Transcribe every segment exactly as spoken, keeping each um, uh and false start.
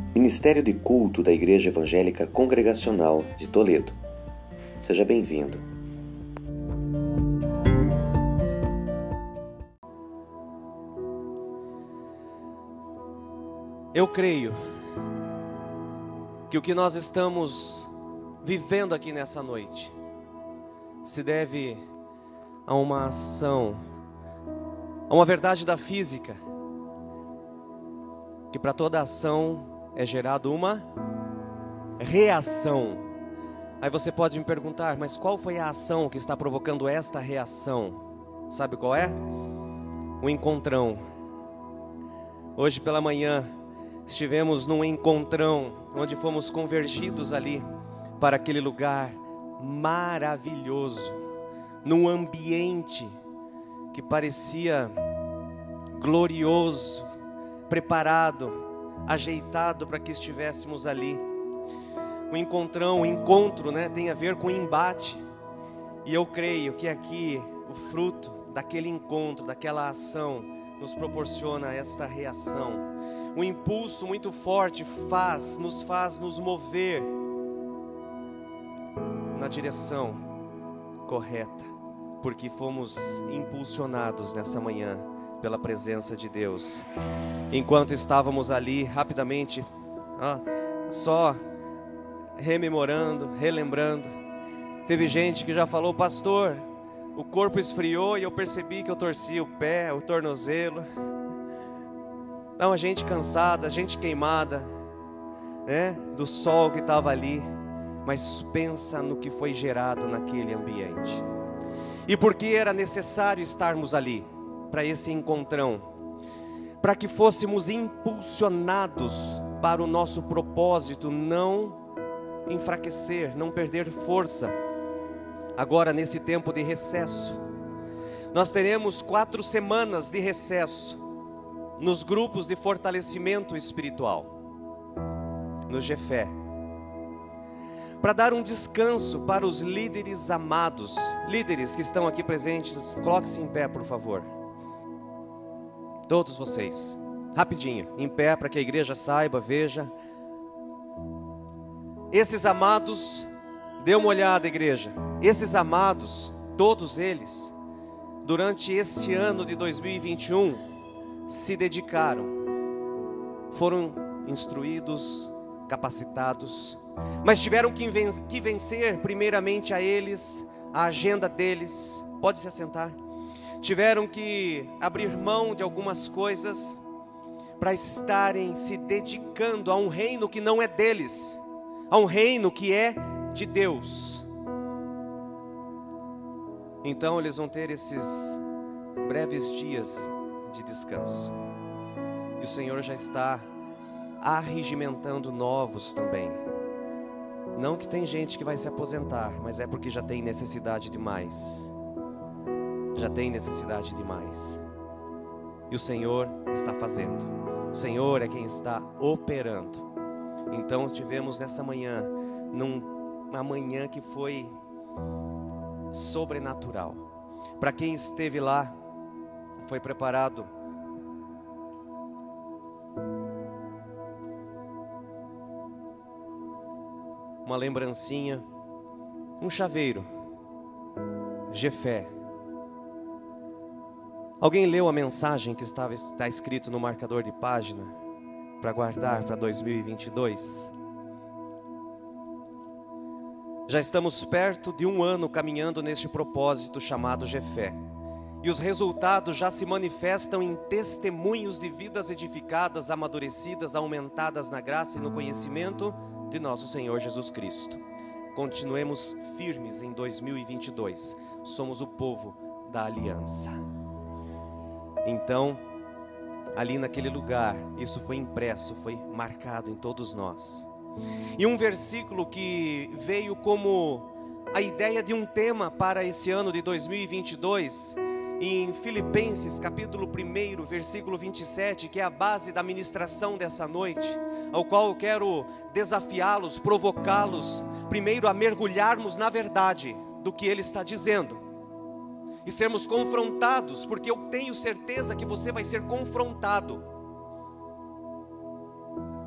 Ministério de Culto da Igreja Evangélica Congregacional de Toledo. Seja bem-vindo. Eu creio que o que nós estamos vivendo aqui nessa noite se deve a uma ação, a uma verdade da física, que para toda ação é gerado uma reação. Aí você pode me perguntar, mas qual foi a ação que está provocando esta reação? Sabe qual é? O encontrão. Hoje pela manhã estivemos num encontrão, onde fomos convergidos ali para aquele lugar maravilhoso, num ambiente que parecia glorioso, preparado, ajeitado para que estivéssemos ali. O encontrão, o encontro, né, tem a ver com embate. E eu creio que aqui o fruto daquele encontro, daquela ação, nos proporciona esta reação. Um impulso muito forte faz, nos faz nos mover na direção correta, porque fomos impulsionados nessa manhã pela presença de Deus. Enquanto estávamos ali, rapidamente, ó, só rememorando, relembrando, teve gente que já falou: pastor, o corpo esfriou e eu percebi que eu torci o pé, o tornozelo. Então a gente cansada, gente queimada, né, do sol que estava ali, mas pensa no que foi gerado naquele ambiente. E por que era necessário estarmos ali, para esse encontrão? Para que fôssemos impulsionados para o nosso propósito não enfraquecer, não perder força. Agora nesse tempo de recesso, nós teremos quatro semanas de recesso nos grupos de fortalecimento espiritual, no G F E, para dar um descanso para os líderes amados, líderes que estão aqui presentes. Coloque-se em pé, por favor. Todos vocês, rapidinho, em pé, para que a igreja saiba, veja. Esses amados, dê uma olhada, igreja. Esses amados, todos eles, durante este ano de dois mil e vinte e um, se dedicaram, foram instruídos, capacitados, mas tiveram que vencer primeiramente a eles, a agenda deles. Pode se assentar. Tiveram que abrir mão de algumas coisas para estarem se dedicando a um reino que não é deles, a um reino que é de Deus. Então eles vão ter esses breves dias de descanso, e o Senhor já está arregimentando novos também. Não que tem gente que vai se aposentar, mas é porque já tem necessidade de mais. Já tem necessidade de mais. E o Senhor está fazendo. O Senhor é quem está operando. Então tivemos nessa manhã, numa manhã que foi sobrenatural. Para quem esteve lá, foi preparado uma lembrancinha, um chaveiro, G F E. Alguém leu a mensagem que estava, está escrito no marcador de página para guardar para dois mil e vinte e dois? Já estamos perto de um ano caminhando neste propósito chamado G F E, e os resultados já se manifestam em testemunhos de vidas edificadas, amadurecidas, aumentadas na graça e no conhecimento de nosso Senhor Jesus Cristo. Continuemos firmes em dois mil e vinte e dois. Somos o povo da aliança. Então, ali naquele lugar, isso foi impresso, foi marcado em todos nós. E um versículo que veio como a ideia de um tema para esse ano de dois mil e vinte e dois, em Filipenses capítulo um, versículo vinte e sete, que é a base da ministração dessa noite, ao qual eu quero desafiá-los, provocá-los, primeiro a mergulharmos na verdade do que ele está dizendo, e sermos confrontados, porque eu tenho certeza que você vai ser confrontado.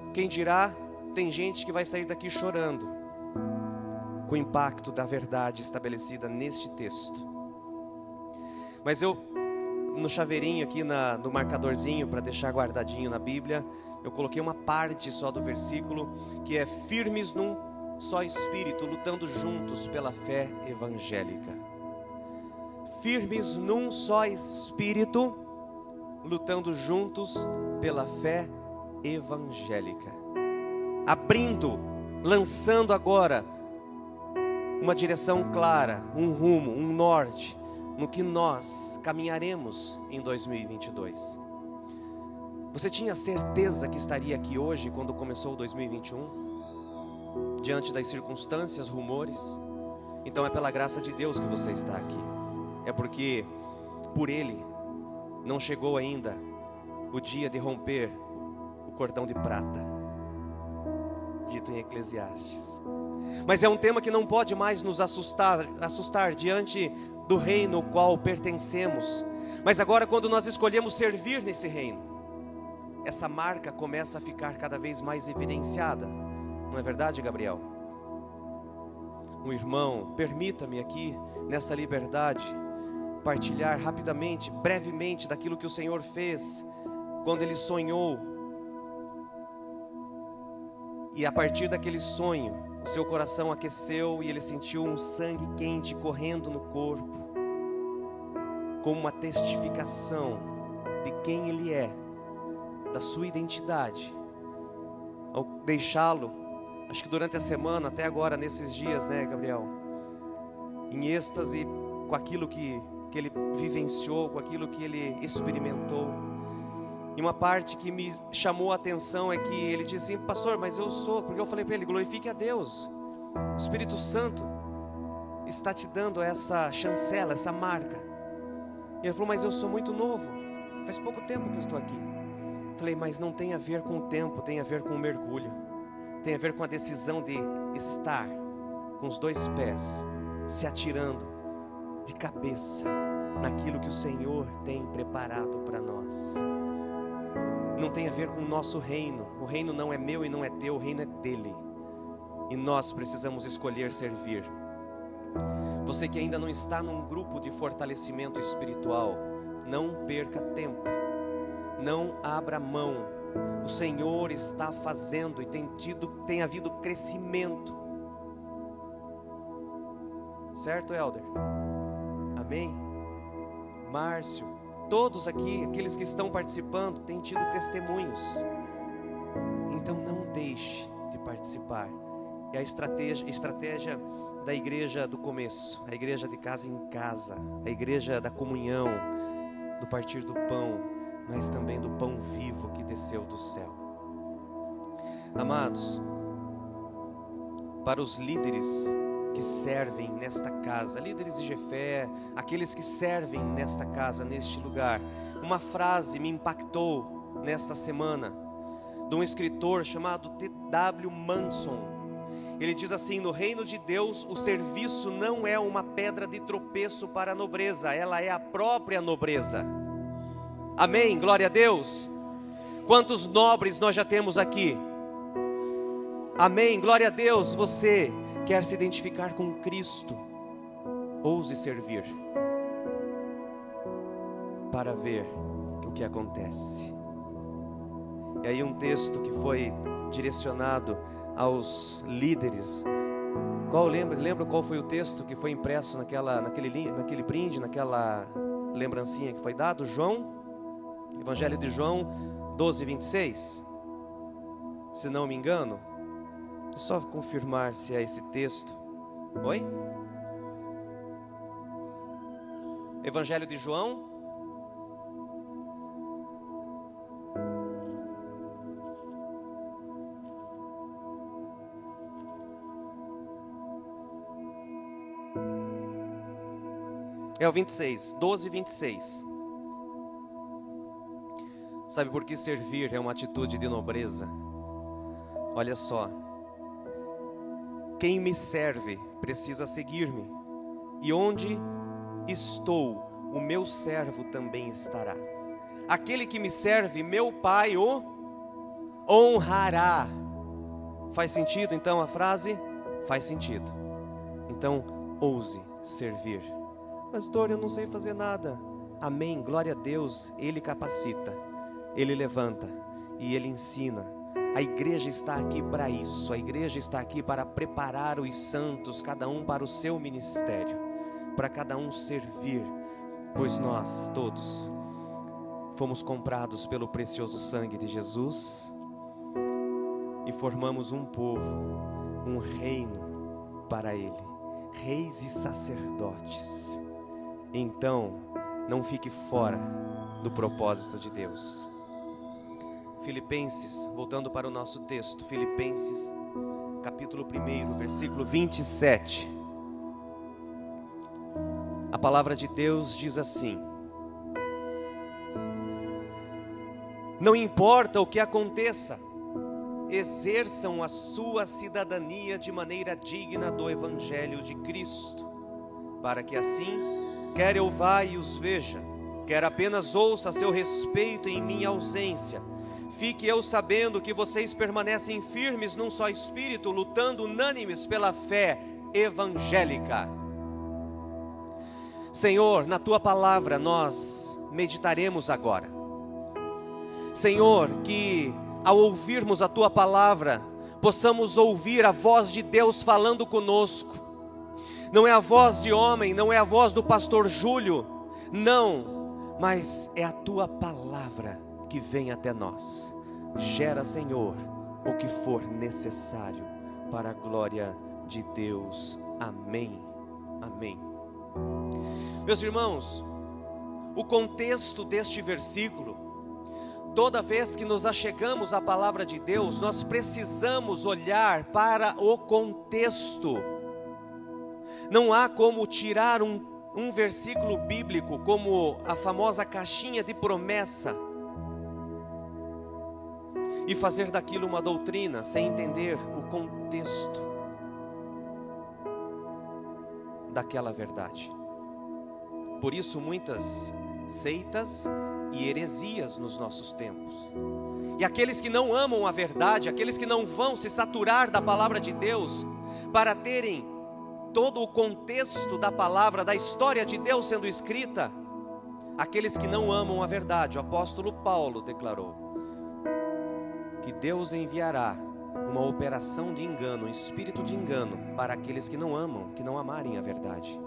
Quem dirá, tem gente que vai sair daqui chorando com o impacto da verdade estabelecida neste texto. Mas eu, no chaveirinho aqui, na, no marcadorzinho, para deixar guardadinho na Bíblia, eu coloquei uma parte só do versículo, que é: firmes num só espírito, lutando juntos pela fé evangélica. Firmes num só espírito, lutando juntos pela fé evangélica. Abrindo, lançando agora uma direção clara, um rumo, um norte, no que nós caminharemos em dois mil e vinte e dois. Você tinha certeza que estaria aqui hoje, quando começou o dois mil e vinte e um? Diante das circunstâncias, rumores? Então é pela graça de Deus que você está aqui. É porque por Ele não chegou ainda o dia de romper o cordão de prata, dito em Eclesiastes. Mas é um tema que não pode mais nos assustar, assustar diante do reino ao qual pertencemos. Mas agora, quando nós escolhemos servir nesse reino, essa marca começa a ficar cada vez mais evidenciada. Não é verdade, Gabriel? Um irmão, permita-me aqui, nessa liberdade, partilhar rapidamente, brevemente, daquilo que o Senhor fez quando Ele sonhou. E a partir daquele sonho, o seu coração aqueceu e ele sentiu um sangue quente correndo no corpo, como uma testificação de quem Ele é, da sua identidade. Ao deixá-lo, acho que durante a semana, até agora, nesses dias, né, Gabriel, em êxtase com aquilo que, que ele vivenciou, com aquilo que ele experimentou. E uma parte que me chamou a atenção é que ele disse assim: pastor, mas eu sou, porque eu falei para ele: glorifique a Deus, o Espírito Santo está te dando essa chancela, essa marca. E ele falou: mas eu sou muito novo, faz pouco tempo que eu estou aqui. Falei: mas não tem a ver com o tempo, tem a ver com o mergulho, tem a ver com a decisão de estar com os dois pés, se atirando de cabeça naquilo que o Senhor tem preparado para nós. Não tem a ver com o nosso reino. O reino não é meu e não é teu, o reino é dele. E nós precisamos escolher servir. Você que ainda não está num grupo de fortalecimento espiritual, não perca tempo, não abra mão. O Senhor está fazendo e tem tido, tem havido crescimento. Certo, Helder? Amém? Márcio, todos aqui, aqueles que estão participando, têm tido testemunhos. Então não deixe de participar. É a estratégia, estratégia da igreja do começo, a igreja de casa em casa, a igreja da comunhão, do partir do pão, mas também do pão vivo que desceu do céu. Amados, para os líderes que servem nesta casa, líderes de Jefé, aqueles que servem nesta casa, neste lugar, uma frase me impactou nesta semana, de um escritor chamado T W Manson. Ele diz assim: no reino de Deus, o serviço não é uma pedra de tropeço para a nobreza, ela é a própria nobreza. Amém, glória a Deus. Quantos nobres nós já temos aqui? Amém, glória a Deus. Você quer se identificar com Cristo? Ouse servir, para ver o que acontece. E aí um texto que foi direcionado aos líderes. Qual lembra? Lembra qual foi o texto que foi impresso naquela, naquele, naquele brinde, naquela lembrancinha que foi dado? João, Evangelho de João doze, vinte e seis. Se não me engano. É só confirmar se é esse texto. Oi? Evangelho de João. É o vinte e seis, doze, vinte e seis. Sabe por que servir é uma atitude de nobreza? Olha só. Quem me serve precisa seguir-me, e onde estou, o meu servo também estará. Aquele que me serve, meu Pai o honrará. Faz sentido então a frase? Faz sentido. Então, ouse servir. Pastor, eu não sei fazer nada. Amém, glória a Deus. Ele capacita, Ele levanta e Ele ensina. A igreja está aqui para isso. A igreja está aqui para preparar os santos, cada um para o seu ministério, para cada um servir, pois nós todos fomos comprados pelo precioso sangue de Jesus e formamos um povo, um reino para Ele, reis e sacerdotes. Então, não fique fora do propósito de Deus. Filipenses, voltando para o nosso texto, Filipenses, capítulo um, versículo vinte e sete. A palavra de Deus diz assim: não importa o que aconteça, exerçam a sua cidadania de maneira digna do Evangelho de Cristo, para que assim, quer eu vá e os veja, quer apenas ouça a seu respeito em minha ausência, fique eu sabendo que vocês permanecem firmes num só espírito, lutando unânimes pela fé evangélica. Senhor, na Tua palavra nós meditaremos agora. Senhor, que ao ouvirmos a Tua palavra, possamos ouvir a voz de Deus falando conosco. Não é a voz de homem, não é a voz do pastor Júlio, não, mas é a Tua palavra que vem até nós. Gera, Senhor, o que for necessário para a glória de Deus. Amém, amém. Meus irmãos, o contexto deste versículo, toda vez que nos achegamos à palavra de Deus, nós precisamos olhar para o contexto. Não há como tirar um, um versículo bíblico como a famosa caixinha de promessa e fazer daquilo uma doutrina sem entender o contexto daquela verdade. Por isso muitas seitas e heresias nos nossos tempos. E aqueles que não amam a verdade, aqueles que não vão se saturar da palavra de Deus para terem todo o contexto da palavra, da história de Deus sendo escrita, aqueles que não amam a verdade, o apóstolo Paulo declarou que Deus enviará uma operação de engano, um espírito de engano para aqueles que não amam, que não amarem a verdade.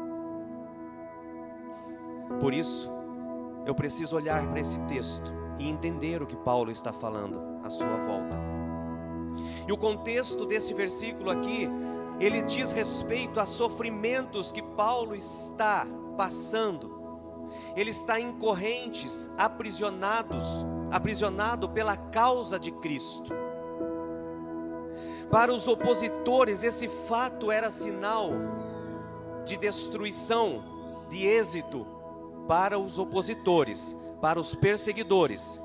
Por isso, eu preciso olhar para esse texto e entender o que Paulo está falando à sua volta. E o contexto desse versículo aqui, ele diz respeito a sofrimentos que Paulo está passando. Ele está em correntes, aprisionados, aprisionado pela causa de Cristo. Para os opositores, esse fato era sinal de destruição, de êxito para os opositores, para os perseguidores.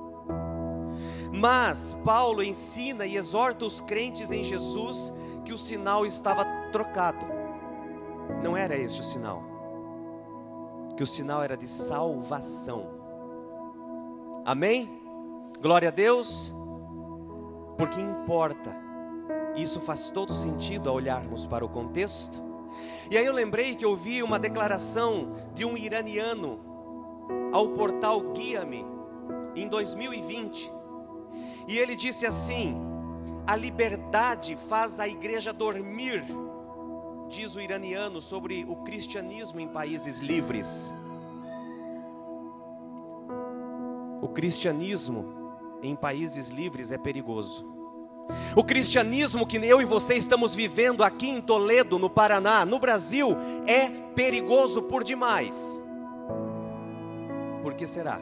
Mas Paulo ensina e exorta os crentes em Jesus que o sinal estava trocado. Não era este o sinal. Que o sinal era de salvação. Amém? Glória a Deus. Porque importa. Isso faz todo sentido ao olharmos para o contexto. E aí eu lembrei que eu vi uma declaração de um iraniano ao portal Guia-me em dois mil e vinte. E ele disse assim: a liberdade faz a igreja dormir, diz o iraniano sobre o cristianismo em países livres. O cristianismo em países livres é perigoso. O cristianismo que eu e você estamos vivendo aqui em Toledo, no Paraná, no Brasil, é perigoso por demais. Por que será?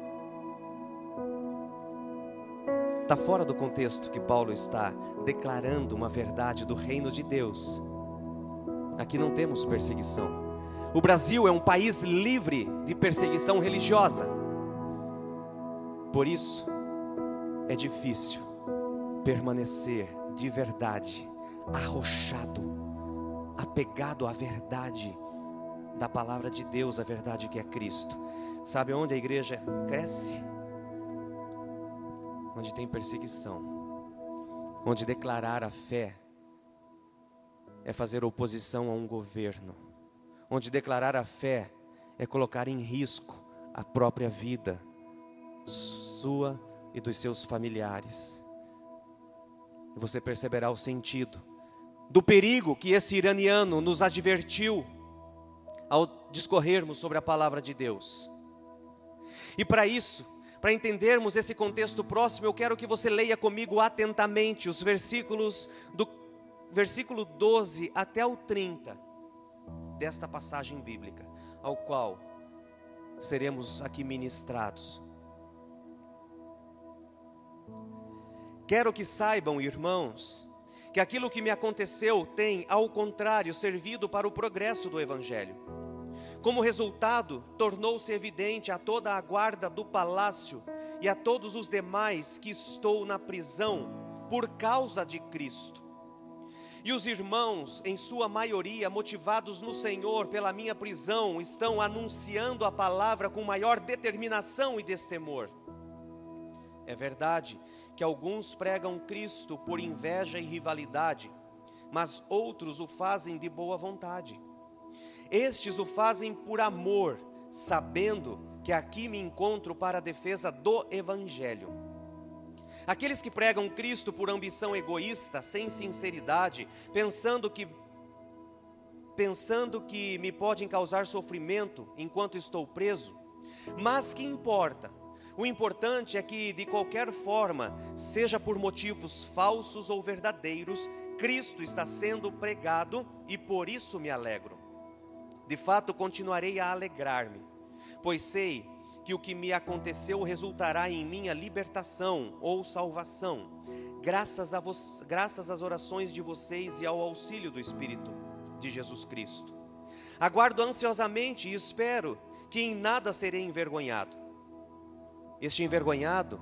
Está fora do contexto que Paulo está declarando uma verdade do reino de Deus. Aqui não temos perseguição. O Brasil é um país livre de perseguição religiosa. Por isso, é difícil permanecer de verdade, arrochado, apegado à verdade da palavra de Deus, a verdade que é Cristo. Sabe onde a igreja cresce? onde tem perseguição, onde declarar a fé é fazer oposição a um governo, onde declarar a fé é colocar em risco a própria vida, sua e dos seus familiares. E você perceberá o sentido do perigo que esse iraniano nos advertiu ao discorrermos sobre a palavra de Deus. E para isso, para entendermos esse contexto próximo, eu quero que você leia comigo atentamente os versículos do versículo doze até o trinta desta passagem bíblica, ao qual seremos aqui ministrados. Quero que saibam, irmãos, que aquilo que me aconteceu tem, ao contrário, servido para o progresso do Evangelho. Como resultado, tornou-se evidente a toda a guarda do palácio e a todos os demais que estou na prisão por causa de Cristo. E os irmãos, em sua maioria, motivados no Senhor pela minha prisão, estão anunciando a palavra com maior determinação e destemor. É verdade que alguns pregam Cristo por inveja e rivalidade, mas outros o fazem de boa vontade. Estes o fazem por amor, sabendo que aqui me encontro para a defesa do Evangelho. Aqueles que pregam Cristo por ambição egoísta, sem sinceridade, pensando que, pensando que me podem causar sofrimento enquanto estou preso, mas que importa? O importante é que, de qualquer forma, seja por motivos falsos ou verdadeiros, Cristo está sendo pregado e por isso me alegro. De fato, continuarei a alegrar-me, pois sei que o que me aconteceu resultará em minha libertação ou salvação, graças, a vo- graças às orações de vocês e ao auxílio do Espírito de Jesus Cristo. Aguardo ansiosamente e espero que em nada serei envergonhado. Este envergonhado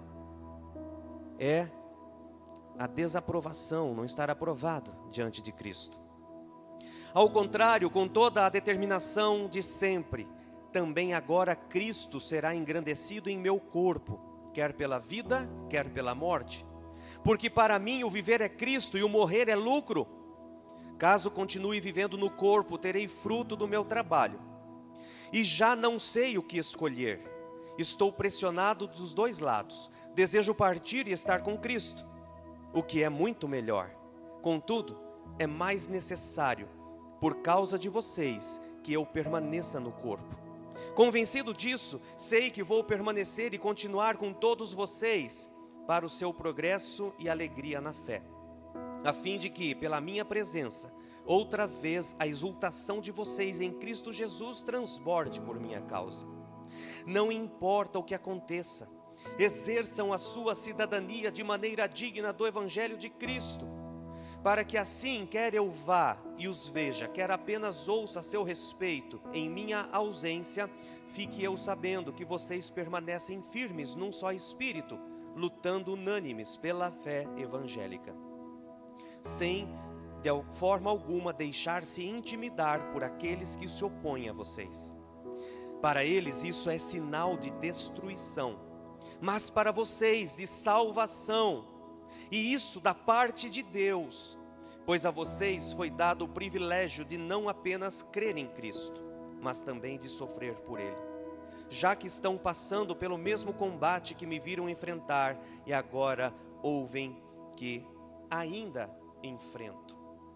é a desaprovação, não estar aprovado diante de Cristo. Ao contrário, com toda a determinação de sempre, também agora Cristo será engrandecido em meu corpo, quer pela vida, quer pela morte. Porque para mim o viver é Cristo e o morrer é lucro. Caso continue vivendo no corpo, terei fruto do meu trabalho. E já não sei o que escolher. Estou pressionado dos dois lados. Desejo partir e estar com Cristo, o que é muito melhor. Contudo, é mais necessário, por causa de vocês, que eu permaneça no corpo. Convencido disso, sei que vou permanecer e continuar com todos vocês para o seu progresso e alegria na fé, a fim de que, pela minha presença, outra vez a exultação de vocês em Cristo Jesus transborde por minha causa. Não importa o que aconteça, exerçam a sua cidadania de maneira digna do Evangelho de Cristo, para que assim, quer eu vá e os veja, quer apenas ouça a seu respeito em minha ausência, fique eu sabendo que vocês permanecem firmes num só espírito, lutando unânimes pela fé evangélica, sem de forma alguma deixar-se intimidar por aqueles que se opõem a vocês. Para eles isso é sinal de destruição, mas para vocês de salvação, e isso da parte de Deus, pois a vocês foi dado o privilégio de não apenas crer em Cristo, mas também de sofrer por Ele, já que estão passando pelo mesmo combate que me viram enfrentar e agora ouvem que ainda enfrento.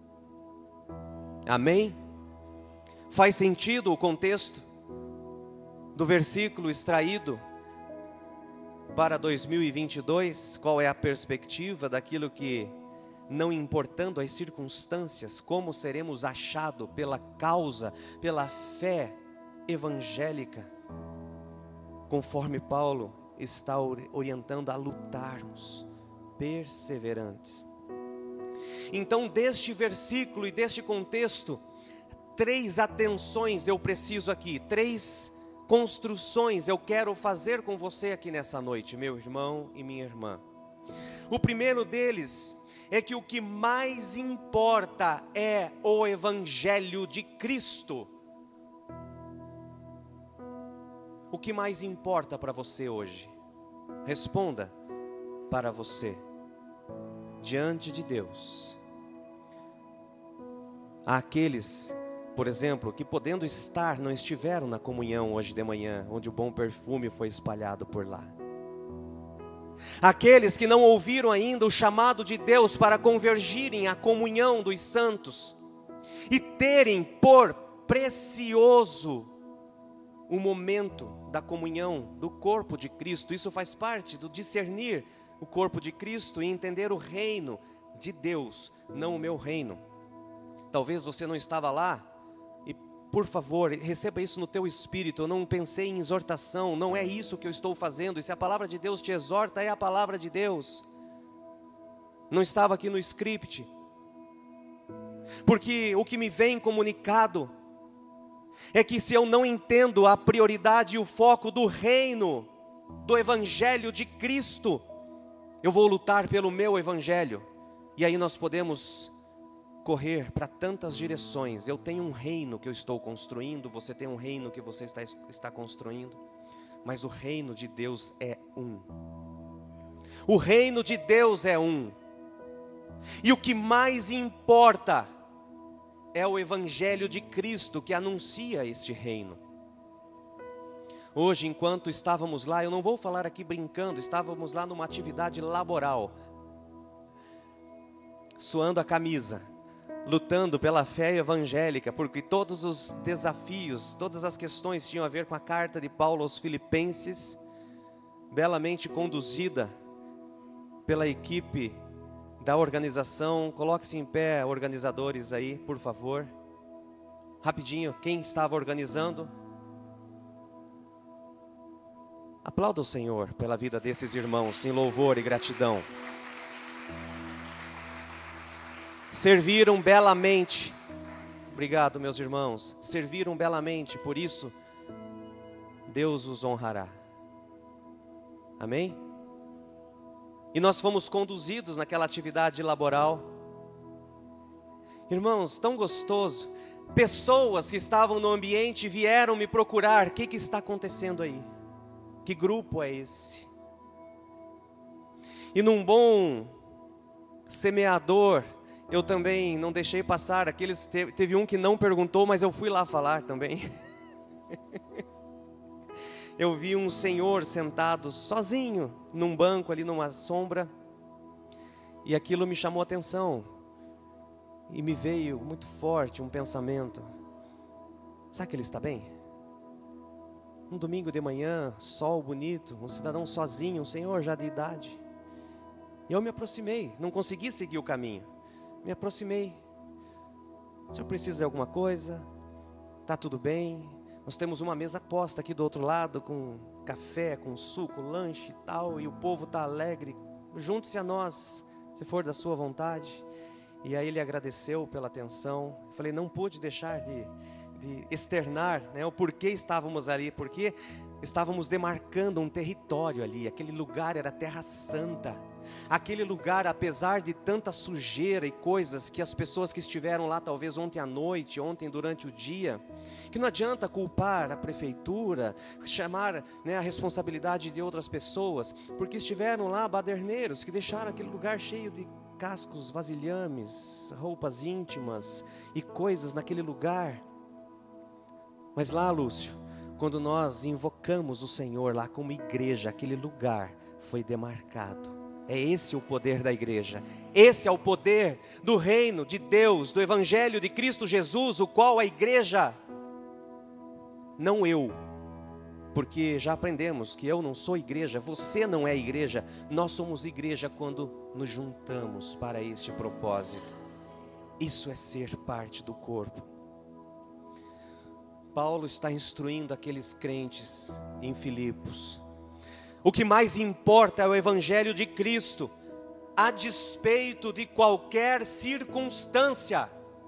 Amém? Faz sentido o contexto do versículo extraído para dois mil e vinte e dois? Qual é a perspectiva daquilo que, não importando as circunstâncias, como seremos achados pela causa, pela fé evangélica, conforme Paulo está orientando a lutarmos, perseverantes. Então, deste versículo e deste contexto, três atenções eu preciso aqui, três construções eu quero fazer com você aqui nessa noite, meu irmão e minha irmã. O primeiro deles é que o que mais importa é o Evangelho de Cristo. O que mais importa para você hoje? Responda, para você, diante de Deus. Há aqueles, por exemplo, que podendo estar, não estiveram na comunhão hoje de manhã, onde o bom perfume foi espalhado por lá. Aqueles que não ouviram ainda o chamado de Deus para convergirem à comunhão dos santos e terem por precioso o momento da comunhão do corpo de Cristo. Isso faz parte do discernir o corpo de Cristo e entender o reino de Deus, não o meu reino. Talvez você não estava lá, e por favor, receba isso no teu espírito. Eu não pensei em exortação, não é isso que eu estou fazendo. E se a palavra de Deus te exorta, é a palavra de Deus. Não estava aqui no script, porque o que me vem comunicado é que se eu não entendo a prioridade e o foco do reino, do evangelho de Cristo, eu vou lutar pelo meu evangelho, e aí nós podemos correr para tantas direções. Eu tenho um reino que eu estou construindo, você tem um reino que você está, está construindo, mas o reino de Deus é um. O reino de Deus é um, e o que mais importa é o evangelho de Cristo que anuncia este reino. Hoje, enquanto estávamos lá, eu não vou falar aqui brincando, estávamos lá numa atividade laboral, suando a camisa, lutando pela fé evangélica, porque todos os desafios, todas as questões tinham a ver com a carta de Paulo aos Filipenses, belamente conduzida pela equipe da organização. Coloque-se em pé, organizadores aí, por favor. Rapidinho, quem estava organizando? Aplauda o Senhor pela vida desses irmãos, em louvor e gratidão. Serviram belamente. Obrigado, meus irmãos. Serviram belamente, por isso Deus os honrará. Amém? E nós fomos conduzidos naquela atividade laboral. Irmãos, tão gostoso. Pessoas que estavam no ambiente vieram me procurar. O que, que está acontecendo aí? Que grupo é esse? E num bom semeador, eu também não deixei passar. Aqueles, teve, teve um que não perguntou, mas eu fui lá falar também. Eu vi um senhor sentado sozinho num banco ali numa sombra, e aquilo me chamou a atenção, e me veio muito forte um pensamento: será que ele está bem? Um domingo de manhã, sol bonito, um cidadão sozinho, um senhor já de idade. E eu me aproximei, não consegui seguir o caminho, me aproximei. O senhor precisa de alguma coisa? Está tudo bem? Nós temos uma mesa posta aqui do outro lado, com café, com suco, lanche e tal, e o povo está alegre. Junte-se a nós, se for da sua vontade. E aí ele agradeceu pela atenção. Eu falei, não pude deixar de, de externar, né, o porquê estávamos ali, porque estávamos demarcando um território ali. Aquele lugar era terra santa. Aquele lugar, apesar de tanta sujeira e coisas que as pessoas que estiveram lá, talvez ontem à noite, ontem durante o dia, que não adianta culpar a prefeitura, chamar, né, a responsabilidade de outras pessoas, porque estiveram lá baderneiros que deixaram aquele lugar cheio de cascos, vasilhames, roupas íntimas e coisas naquele lugar. Mas lá, Lúcio, quando nós invocamos o Senhor lá como igreja, aquele lugar foi demarcado. É esse o poder da igreja, esse é o poder do reino de Deus, do evangelho de Cristo Jesus, o qual a igreja, não eu, porque já aprendemos que eu não sou igreja, você não é igreja, nós somos igreja quando nos juntamos para este propósito. Isso é ser parte do corpo. Paulo está instruindo aqueles crentes em Filipos. O que mais importa é o evangelho de Cristo, a despeito de qualquer circunstância.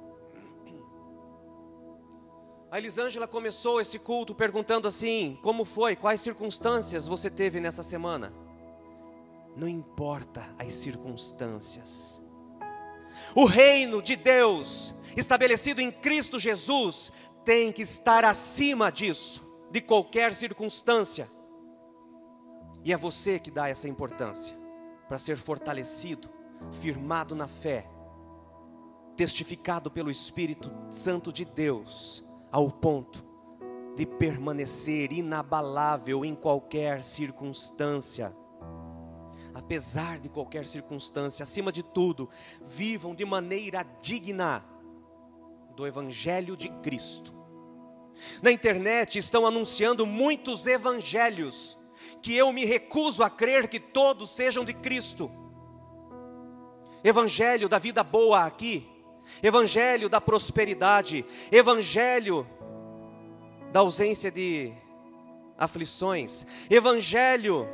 A Elisângela começou esse culto perguntando assim: como foi? Quais circunstâncias você teve nessa semana? Não importa as circunstâncias. O reino de Deus, estabelecido em Cristo Jesus, tem que estar acima disso, de qualquer circunstância. E é você que dá essa importância. para ser fortalecido, firmado na fé, testificado pelo Espírito Santo de Deus, ao ponto de permanecer inabalável em qualquer circunstância. Apesar de qualquer circunstância, acima de tudo, vivam de maneira digna do Evangelho de Cristo. Na internet estão anunciando muitos evangelhos, que eu me recuso a crer que todos sejam de Cristo. Evangelho da vida boa aqui, evangelho da prosperidade, evangelho da ausência de aflições, evangelho,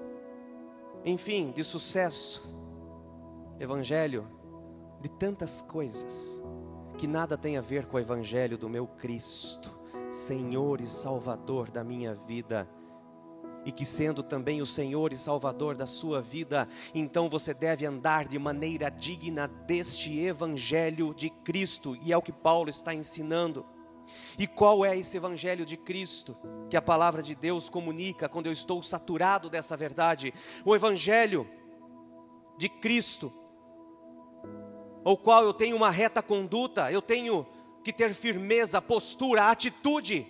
enfim, de sucesso, evangelho de tantas coisas, que nada tem a ver com o evangelho do meu Cristo, Senhor e Salvador da minha vida, e que sendo também o Senhor e Salvador da sua vida, então você deve andar de maneira digna deste evangelho de Cristo, e é o que Paulo está ensinando. E qual é esse evangelho de Cristo que a palavra de Deus comunica quando eu estou saturado dessa verdade? O evangelho de Cristo, ao qual eu tenho uma reta conduta, eu tenho que ter firmeza, postura, atitude,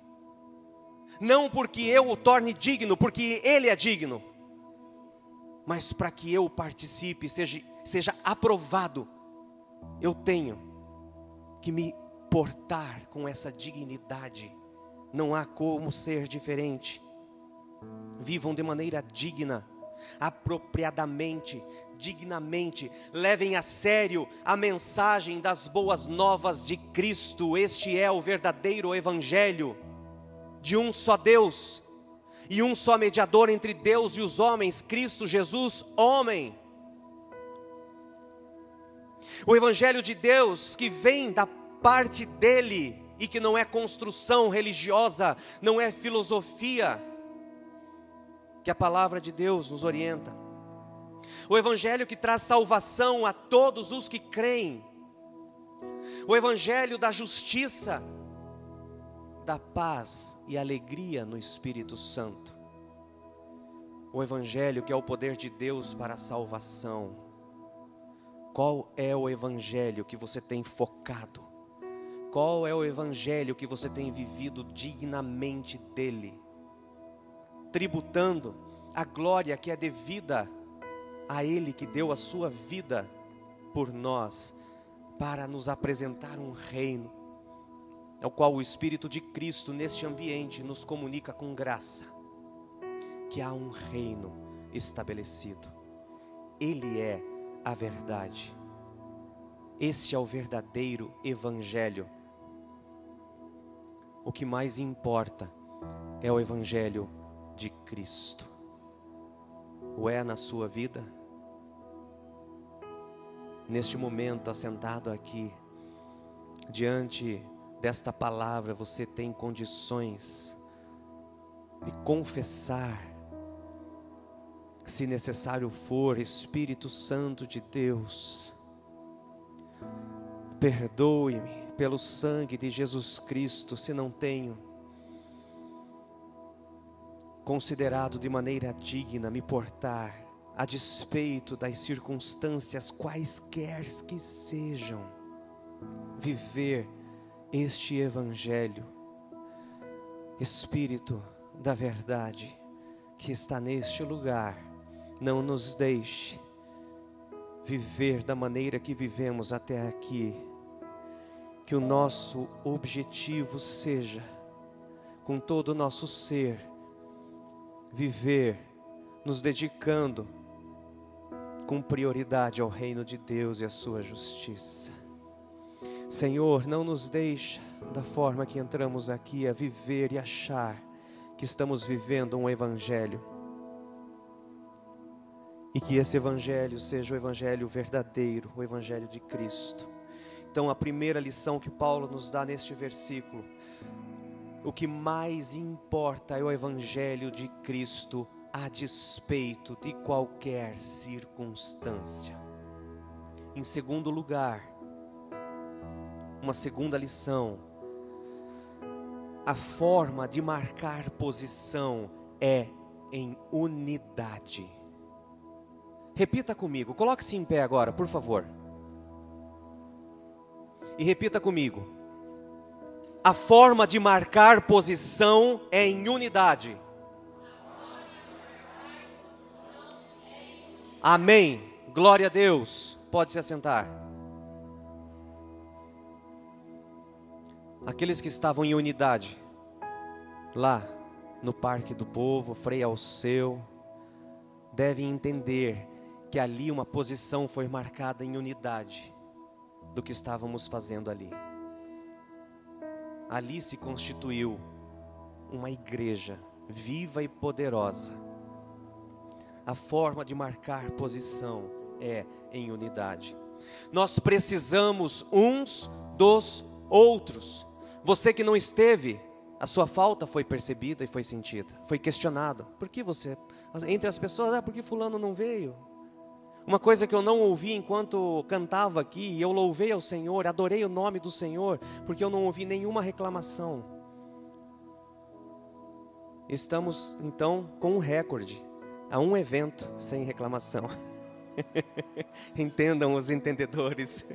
não porque eu o torne digno, porque Ele é digno, mas para que eu participe, seja, seja aprovado, eu tenho que me portar com essa dignidade. Não há como ser diferente. Vivam de maneira digna, apropriadamente, dignamente, levem a sério a mensagem das boas novas de Cristo. Este é o verdadeiro evangelho de um só Deus e um só mediador entre Deus e os homens, Cristo Jesus, homem. O evangelho de Deus que vem da parte dele e que não é construção religiosa, não é filosofia, que a palavra de Deus nos orienta. O evangelho que traz salvação a todos os que creem. O evangelho da justiça, da paz e alegria no Espírito Santo. O evangelho que é o poder de Deus para a salvação. Qual é o evangelho que você tem focado? Qual é o evangelho que você tem vivido dignamente dele? Tributando a glória que é devida a Ele que deu a sua vida por nós, para nos apresentar um reino, ao qual o Espírito de Cristo neste ambiente nos comunica com graça, que há um reino estabelecido. Ele é a verdade. Este é o verdadeiro evangelho. O que mais importa é o evangelho de Cristo. O é na sua vida? Neste momento, assentado aqui, diante desta palavra, você tem condições de confessar, se necessário for, Espírito Santo de Deus, perdoe-me pelo sangue de Jesus Cristo, se não tenho considerado de maneira digna me portar a despeito das circunstâncias quaisquer que sejam, viver este evangelho. Espírito da verdade que está neste lugar, não nos deixe viver da maneira que vivemos até aqui. Que o nosso objetivo seja, com todo o nosso ser, viver nos dedicando com prioridade ao reino de Deus e à sua justiça. Senhor, não nos deixa da forma que entramos aqui a viver e achar que estamos vivendo um evangelho, e que esse evangelho seja o evangelho verdadeiro, o evangelho de Cristo. Então, a primeira lição que Paulo nos dá neste versículo: o que mais importa é o evangelho de Cristo, a despeito de qualquer circunstância. Em segundo lugar, uma segunda lição: a forma de marcar posição é em unidade. Repita comigo, coloque-se em pé agora, por favor. E repita comigo. A forma de marcar posição é em unidade. Amém. Glória a Deus. Pode se assentar. Aqueles que estavam em unidade, lá no Parque do Povo, Frei Alceu, devem entender que ali uma posição foi marcada em unidade do que estávamos fazendo ali. Ali se constituiu uma igreja viva e poderosa. A forma de marcar posição é em unidade. Nós precisamos uns dos outros. Você que não esteve, a sua falta foi percebida e foi sentida, foi questionada. Por que você, entre as pessoas, ah, por que fulano não veio? Uma coisa que eu não ouvi enquanto cantava aqui, eu louvei ao Senhor, adorei o nome do Senhor, porque eu não ouvi nenhuma reclamação. Estamos então com um recorde, a um evento sem reclamação. Entendam os entendedores.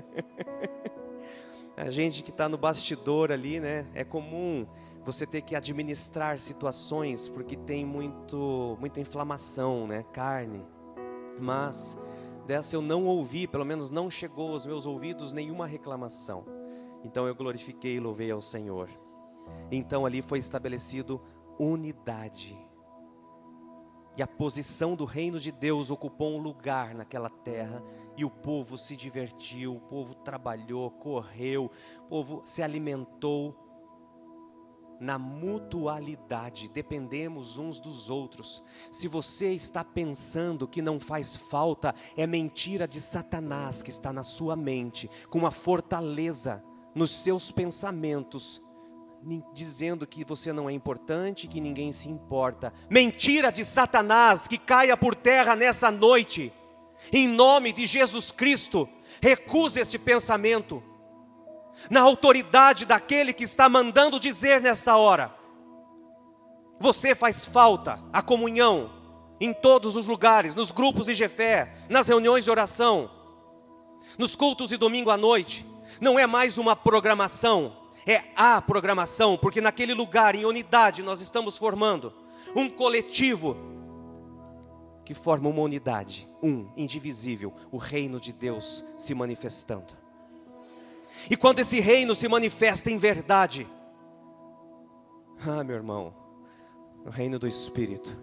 A gente que está no bastidor ali, né? É comum você ter que administrar situações, porque tem muito, muita inflamação, né? Carne. Mas dessa eu não ouvi, pelo menos não chegou aos meus ouvidos nenhuma reclamação. Então eu glorifiquei e louvei ao Senhor. Então ali foi estabelecido unidade. E a posição do reino de Deus ocupou um lugar naquela terra. E o povo se divertiu, o povo trabalhou, correu, o povo se alimentou. Na mutualidade, dependemos uns dos outros. Se você está pensando que não faz falta, é mentira de Satanás que está na sua mente, com uma fortaleza nos seus pensamentos, dizendo que você não é importante, que ninguém se importa. Mentira de Satanás, que caia por terra nessa noite. Em nome de Jesus Cristo, recusa este pensamento. Na autoridade daquele que está mandando dizer nesta hora: você faz falta, a comunhão, em todos os lugares, nos grupos de Jefé, nas reuniões de oração, nos cultos de domingo à noite. Não é mais uma programação, é a programação, porque naquele lugar, em unidade, nós estamos formando um coletivo que forma uma unidade, um, indivisível, o reino de Deus se manifestando. E quando esse reino se manifesta em verdade, ah, meu irmão, o reino do Espírito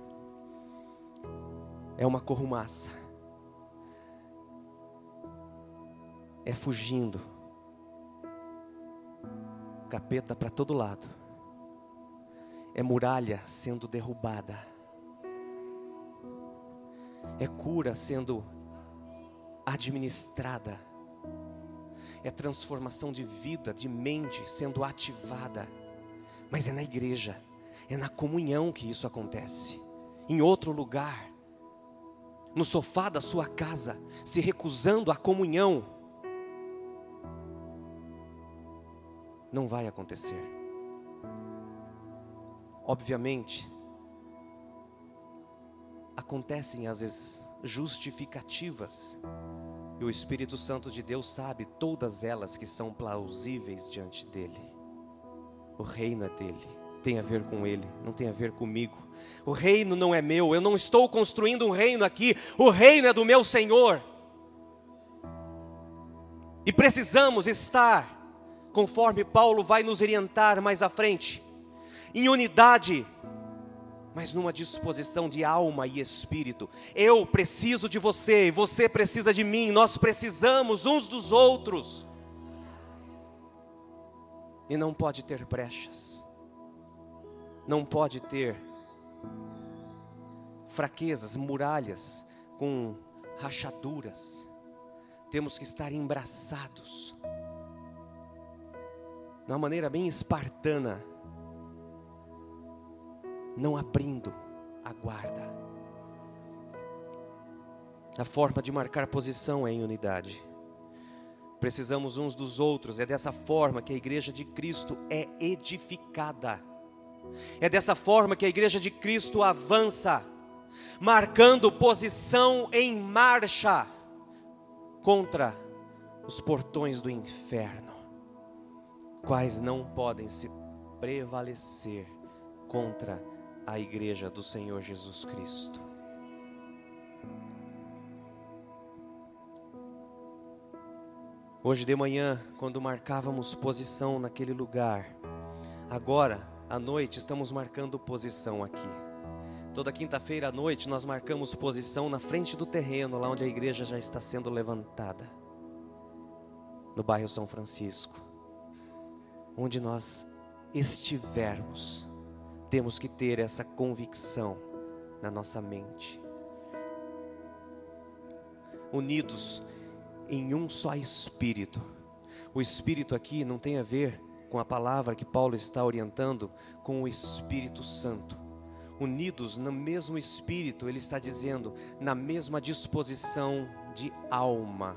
é uma corrumaça, é fugindo, capeta para todo lado, é muralha sendo derrubada, é cura sendo administrada, é transformação de vida, de mente sendo ativada. Mas é na igreja, é na comunhão que isso acontece. Em outro lugar, no sofá da sua casa, se recusando à comunhão, não vai acontecer. Obviamente, acontecem às vezes justificativas, e o Espírito Santo de Deus sabe todas elas que são plausíveis diante dele. O reino é dele, tem a ver com ele, não tem a ver comigo. O reino não é meu, eu não estou construindo um reino aqui, o reino é do meu Senhor. E precisamos estar, conforme Paulo vai nos orientar mais à frente, em unidade, mas numa disposição de alma e espírito. Eu preciso de você, e você precisa de mim, nós precisamos uns dos outros. E não pode ter brechas, não pode ter fraquezas, muralhas com rachaduras. Temos que estar embraçados, de uma maneira bem espartana, não abrindo a guarda. A forma de marcar posição é em unidade. Precisamos uns dos outros. É dessa forma que a igreja de Cristo é edificada. É dessa forma que a igreja de Cristo avança. marcando posição em marcha contra os portões do inferno, quais não podem se prevalecer contra a igreja do Senhor Jesus Cristo. Hoje de manhã, quando marcávamos posição naquele lugar, agora à noite estamos marcando posição aqui. Toda quinta-feira à noite nós marcamos posição na frente do terreno, lá onde a igreja já está sendo levantada, no bairro São Francisco. Onde nós estivermos, temos que ter essa convicção na nossa mente, unidos em um só Espírito. O Espírito aqui não tem a ver com a palavra que Paulo está orientando, com o Espírito Santo. Unidos no mesmo Espírito, ele está dizendo, na mesma disposição de alma.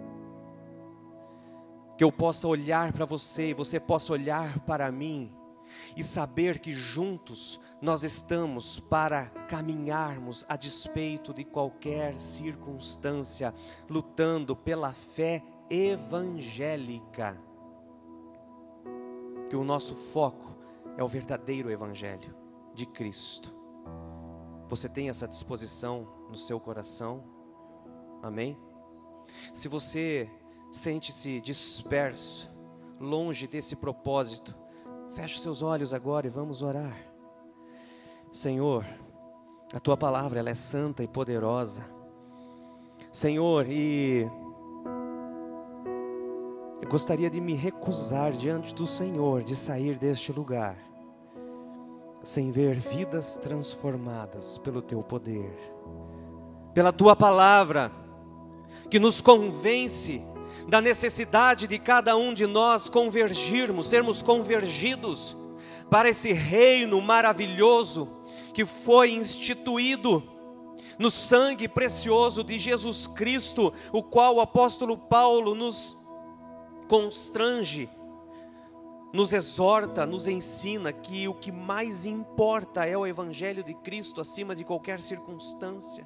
Que eu possa olhar para você e você possa olhar para mim e saber que juntos nós estamos para caminharmos a despeito de qualquer circunstância, lutando pela fé evangélica. Que o nosso foco é o verdadeiro Evangelho de Cristo. Você tem essa disposição no seu coração? Amém? Se você sente-se disperso, longe desse propósito, feche os seus olhos agora e vamos orar. Senhor, a Tua palavra ela é santa e poderosa. Senhor, e eu gostaria de me recusar diante do Senhor, de sair deste lugar, sem ver vidas transformadas pelo Teu poder, pela Tua palavra, que nos convence da necessidade de cada um de nós convergirmos, sermos convergidos para esse reino maravilhoso que foi instituído no sangue precioso de Jesus Cristo, o qual o apóstolo Paulo nos constrange, nos exorta, nos ensina que o que mais importa é o Evangelho de Cristo acima de qualquer circunstância.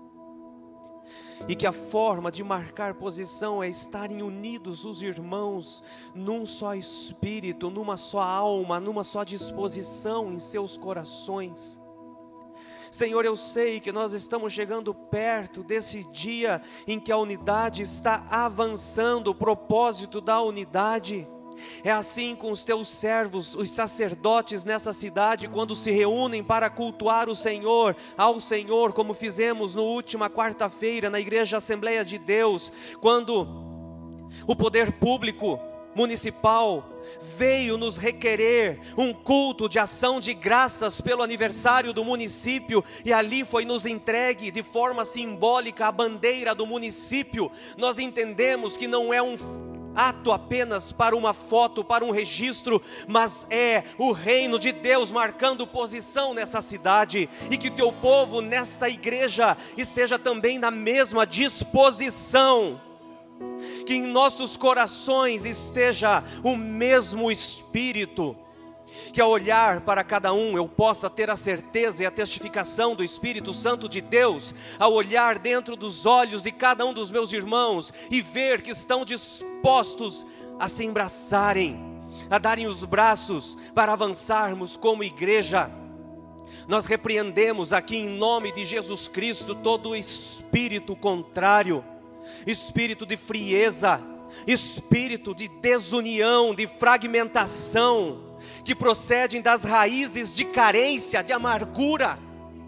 E que a forma de marcar posição é estarem unidos os irmãos num só espírito, numa só alma, numa só disposição em seus corações. Senhor, eu sei que nós estamos chegando perto desse dia em que a unidade está avançando, o propósito da unidade. É assim com os teus servos, os sacerdotes nessa cidade, quando se reúnem para cultuar o Senhor, ao Senhor, como fizemos na última quarta-feira na Igreja Assembleia de Deus, quando o poder público municipal veio nos requerer um culto de ação de graças pelo aniversário do município, e ali foi nos entregue de forma simbólica a bandeira do município. Nós entendemos que não é um ato apenas para uma foto, para um registro, mas é o reino de Deus marcando posição nessa cidade, e que o teu povo nesta igreja esteja também na mesma disposição, que em nossos corações esteja o mesmo Espírito, que ao olhar para cada um eu possa ter a certeza e a testificação do Espírito Santo de Deus, ao olhar dentro dos olhos de cada um dos meus irmãos e ver que estão dispostos a se embraçarem, a darem os braços para avançarmos como igreja. Nós repreendemos aqui em nome de Jesus Cristo todo espírito contrário, espírito de frieza, espírito de desunião, de fragmentação, que procedem das raízes de carência, de amargura.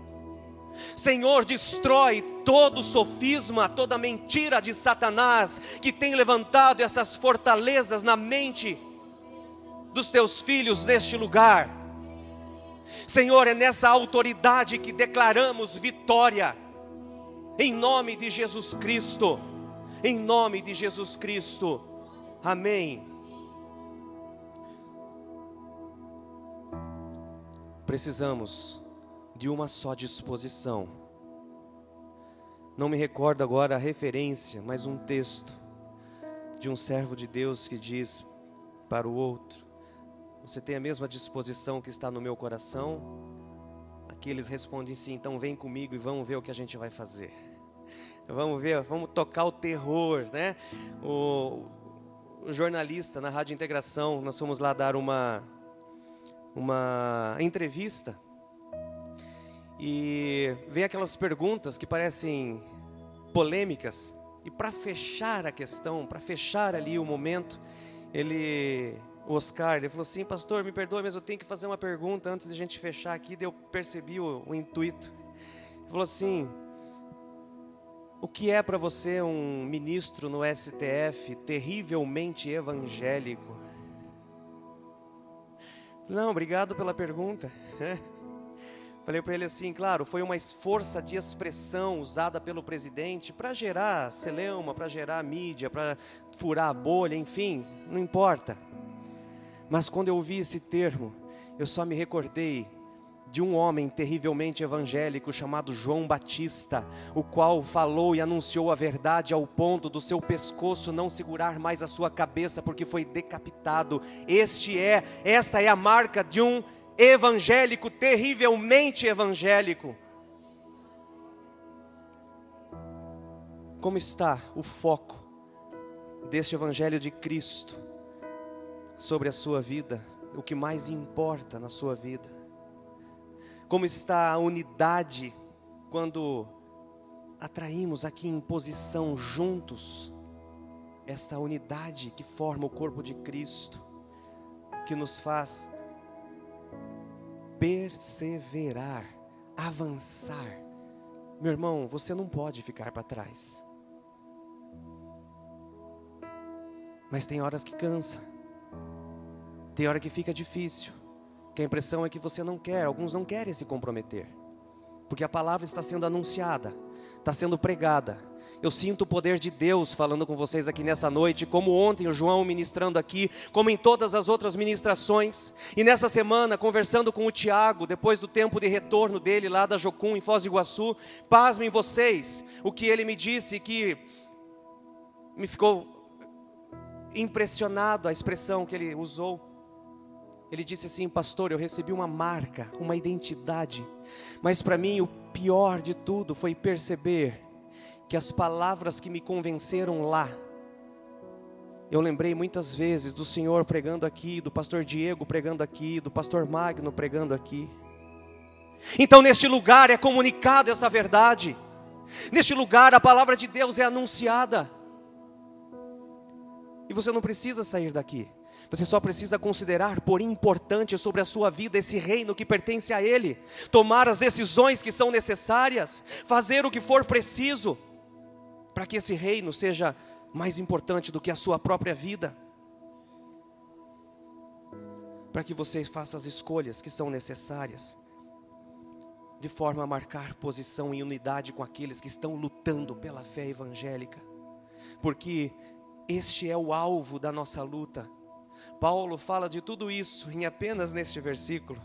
Senhor, destrói todo sofisma, toda mentira de Satanás, que tem levantado essas fortalezas na mente dos teus filhos neste lugar. Senhor, é nessa autoridade que declaramos vitória, em nome de Jesus Cristo, em nome de Jesus Cristo, amém. Precisamos de uma só disposição. Não me recordo agora a referência, mas um texto de um servo de Deus que diz para o outro: você tem a mesma disposição que está no meu coração? que eles respondem sim, então vem comigo e vamos ver o que a gente vai fazer. Vamos ver, vamos tocar o terror, né? O, o jornalista na Rádio Integração, nós fomos lá dar uma, uma entrevista e vem aquelas perguntas que parecem polêmicas, e para fechar a questão, para fechar ali o momento, ele, o Oscar, ele falou assim: pastor, me perdoe, mas eu tenho que fazer uma pergunta antes de a gente fechar aqui. Daí eu percebi o, o intuito. Ele falou assim: o que é para você um ministro no S T F terrivelmente evangélico? Não, obrigado pela pergunta. Falei para ele assim: claro, foi uma força de expressão usada pelo presidente para gerar celeuma, para gerar mídia, para furar a bolha, enfim, não importa. Mas quando eu ouvi esse termo, eu só me recordei de um homem terrivelmente evangélico chamado João Batista, o qual falou e anunciou a verdade ao ponto do seu pescoço não segurar mais a sua cabeça, porque foi decapitado. Este é, esta é a marca de um evangélico, terrivelmente evangélico. Como está o foco deste evangelho de Cristo sobre a sua vida? O que mais importa na sua vida? Como está a unidade quando atraímos aqui em posição juntos esta unidade que forma o corpo de Cristo, que nos faz perseverar, avançar. Meu irmão, você não pode ficar para trás. Mas tem horas que cansa, tem hora que fica difícil, que a impressão é que você não quer, alguns não querem se comprometer, porque a palavra está sendo anunciada, está sendo pregada. Eu sinto o poder de Deus falando com vocês aqui nessa noite, como ontem o João ministrando aqui, como em todas as outras ministrações. E nessa semana, conversando com o Tiago, depois do tempo de retorno dele lá da Jocum, em Foz do Iguaçu, pasmem vocês, o que ele me disse, que me ficou impressionado a expressão que ele usou. Ele disse assim: pastor, eu recebi uma marca, uma identidade, mas para mim o pior de tudo foi perceber que as palavras que me convenceram lá, eu lembrei muitas vezes do Senhor pregando aqui, do pastor Diego pregando aqui, do pastor Magno pregando aqui. Então neste lugar é comunicado essa verdade, neste lugar a palavra de Deus é anunciada, e você não precisa sair daqui, você só precisa considerar por importante sobre a sua vida esse reino que pertence a Ele, tomar as decisões que são necessárias, fazer o que for preciso, para que esse reino seja mais importante do que a sua própria vida, para que você faça as escolhas que são necessárias, de forma a marcar posição em unidade com aqueles que estão lutando pela fé evangélica, porque este é o alvo da nossa luta. Paulo fala de tudo isso em apenas neste versículo,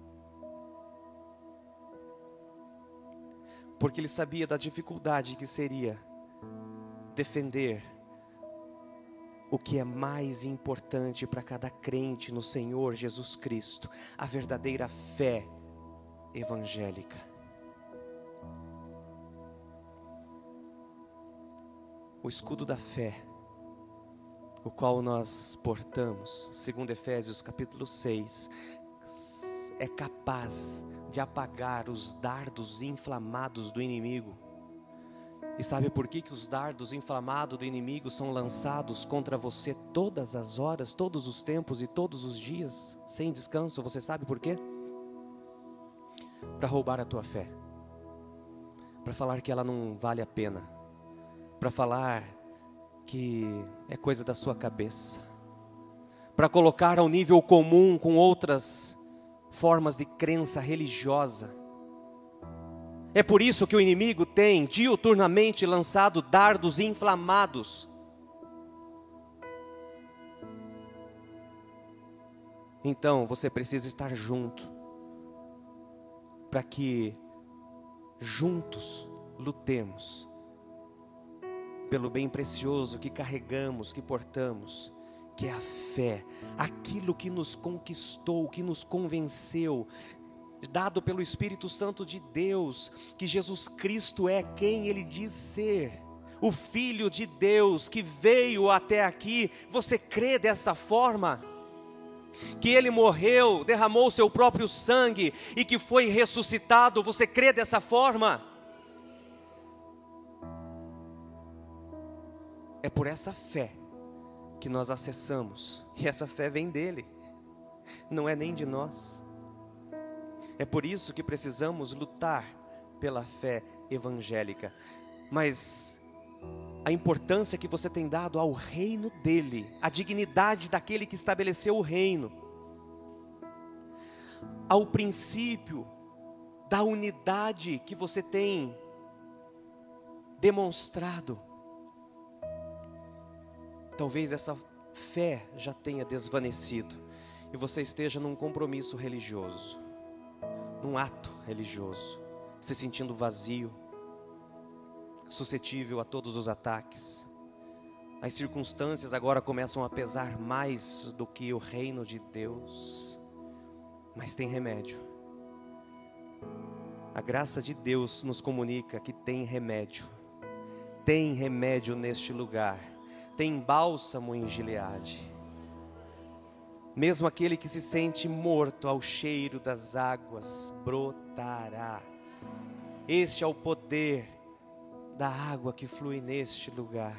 porque ele sabia da dificuldade que seria defender o que é mais importante para cada crente no Senhor Jesus Cristo, a verdadeira fé evangélica. O escudo da fé, o qual nós portamos, segundo Efésios capítulo seis, é capaz de apagar os dardos inflamados do inimigo. E sabe por que que os dardos inflamados do inimigo são lançados contra você todas as horas, todos os tempos e todos os dias, sem descanso? Você sabe por quê? Para roubar a tua fé, para falar que ela não vale a pena, para falar que é coisa da sua cabeça, para colocar ao nível comum com outras formas de crença religiosa. É por isso que o inimigo tem diuturnamente lançado dardos inflamados. Então você precisa estar junto, para que juntos lutemos pelo bem precioso que carregamos, que portamos, que é a fé, aquilo que nos conquistou, que nos convenceu. dado pelo Espírito Santo de Deus, que Jesus Cristo é quem Ele diz ser, o Filho de Deus que veio até aqui. Você crê dessa forma? Que Ele morreu, derramou o seu próprio sangue e que foi ressuscitado, você crê dessa forma? É por essa fé que nós acessamos, e essa fé vem dEle, não é nem de nós. É por isso que precisamos lutar pela fé evangélica. Mas a importância que você tem dado ao reino dEle, a dignidade daquele que estabeleceu o reino, ao princípio da unidade que você tem demonstrado, talvez essa fé já tenha desvanecido e você esteja num compromisso religioso, num ato religioso, se sentindo vazio, suscetível a todos os ataques. As circunstâncias agora começam a pesar mais do que o reino de Deus, mas tem remédio. A graça de Deus nos comunica que tem remédio, tem remédio neste lugar, tem bálsamo em Gileade. Mesmo aquele que se sente morto ao cheiro das águas brotará. Este é o poder da água que flui neste lugar.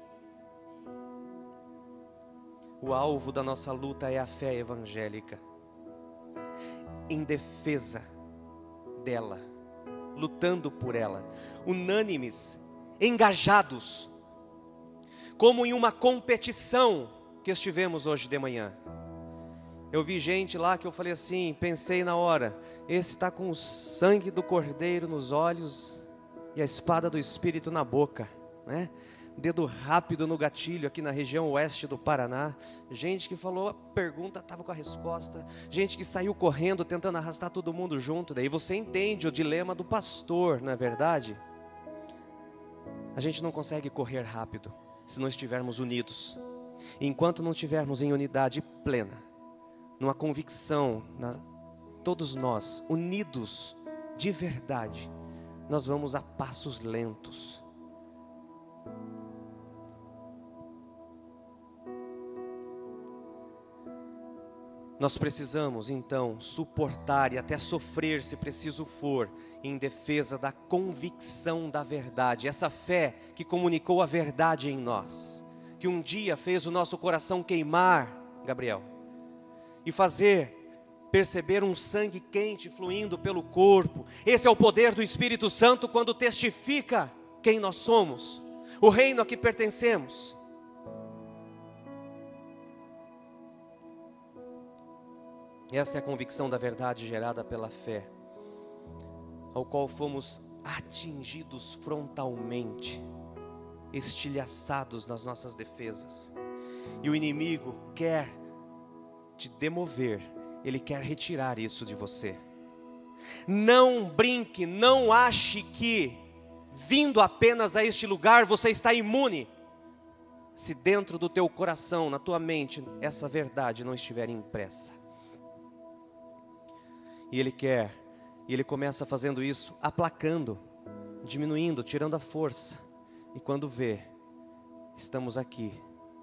O alvo da nossa luta é a fé evangélica, em defesa dela, lutando por ela, unânimes, engajados, como em uma competição que estivemos hoje de manhã. Eu vi gente lá que eu falei assim, pensei na hora, esse está com o sangue do cordeiro nos olhos e a espada do Espírito na boca, né? Dedo rápido no gatilho aqui na região oeste do Paraná. Gente que falou a pergunta, estava com a resposta. Gente que saiu correndo, tentando arrastar todo mundo junto. Daí você entende o dilema do pastor, não é verdade? A gente não consegue correr rápido se não estivermos unidos. E enquanto não estivermos em unidade plena, numa convicção, na, todos nós unidos de verdade, nós vamos a passos lentos. Nós precisamos então suportar e até sofrer, se preciso for, em defesa da convicção da verdade. Essa fé que comunicou a verdade em nós, que um dia fez o nosso coração queimar, Gabriel, e fazer perceber um sangue quente fluindo pelo corpo. Esse é o poder do Espírito Santo quando testifica quem nós somos, o reino a que pertencemos. Essa é a convicção da verdade gerada pela fé, ao qual fomos atingidos frontalmente, estilhaçados nas nossas defesas. E o inimigo quer te demover, ele quer retirar isso de você. Não brinque, não ache que vindo apenas a este lugar você está imune, se dentro do teu coração, na tua mente, essa verdade não estiver impressa. E ele quer, e ele começa fazendo isso, aplacando, diminuindo, tirando a força. E quando vê, estamos aqui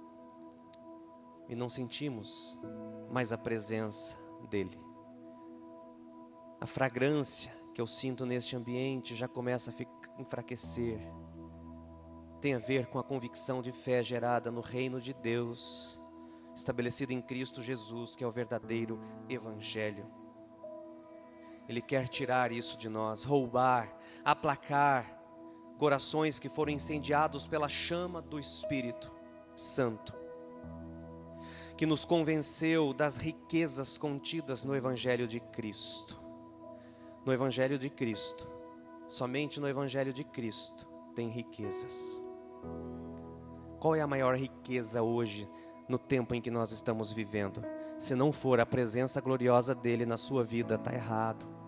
e não sentimos mais a presença dele. A fragrância que eu sinto neste ambiente já começa a enfraquecer. Tem a ver com a convicção de fé gerada no reino de Deus, estabelecido em Cristo Jesus, que é o verdadeiro evangelho. Ele quer tirar isso de nós, roubar, aplacar corações que foram incendiados pela chama do Espírito Santo, que nos convenceu das riquezas contidas no Evangelho de Cristo. No Evangelho de Cristo, somente no Evangelho de Cristo tem riquezas. Qual é a maior riqueza hoje, no tempo em que nós estamos vivendo? Se não for a presença gloriosa dele na sua vida, está errado.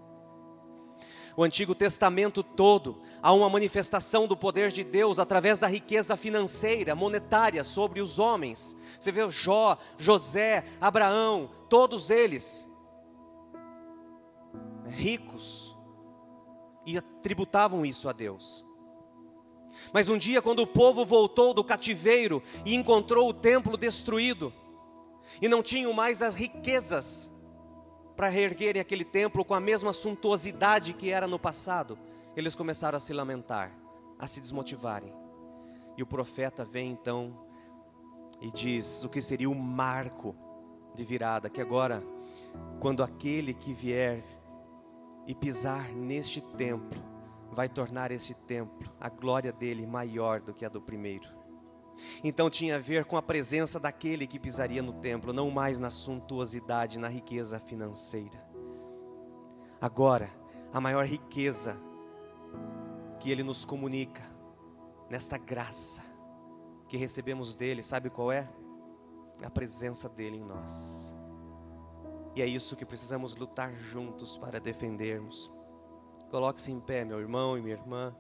O Antigo Testamento todo, há uma manifestação do poder de Deus através da riqueza financeira, monetária sobre os homens. Você vê Jó, José, Abraão, todos eles ricos e tributavam isso a Deus. Mas um dia, quando o povo voltou do cativeiro e encontrou o templo destruído, e não tinham mais as riquezas para reerguerem aquele templo com a mesma suntuosidade que era no passado, eles começaram a se lamentar, a se desmotivarem. E o profeta vem então e diz o que seria o marco de virada, que agora, quando aquele que vier e pisar neste templo, vai tornar esse templo, a glória dele, maior do que a do primeiro. Então tinha a ver com a presença daquele que pisaria no templo, não mais na suntuosidade, na riqueza financeira. Agora, a maior riqueza que ele nos comunica, nesta graça que recebemos dele, sabe qual é? A presença dele em nós. E é isso que precisamos lutar juntos para defendermos. Coloque-se em pé, meu irmão e minha irmã.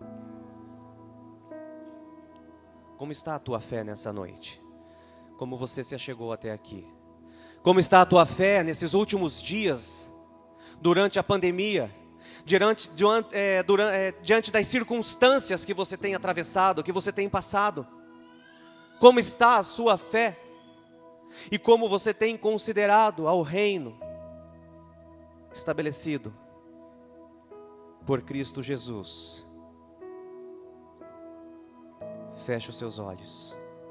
Como está a tua fé nessa noite? Como você se achegou até aqui? Como está a tua fé nesses últimos dias, durante a pandemia, diante, diante, é, durante, é, diante das circunstâncias que você tem atravessado, que você tem passado? Como está a sua fé? E como você tem considerado ao reino estabelecido por Cristo Jesus? Feche os seus olhos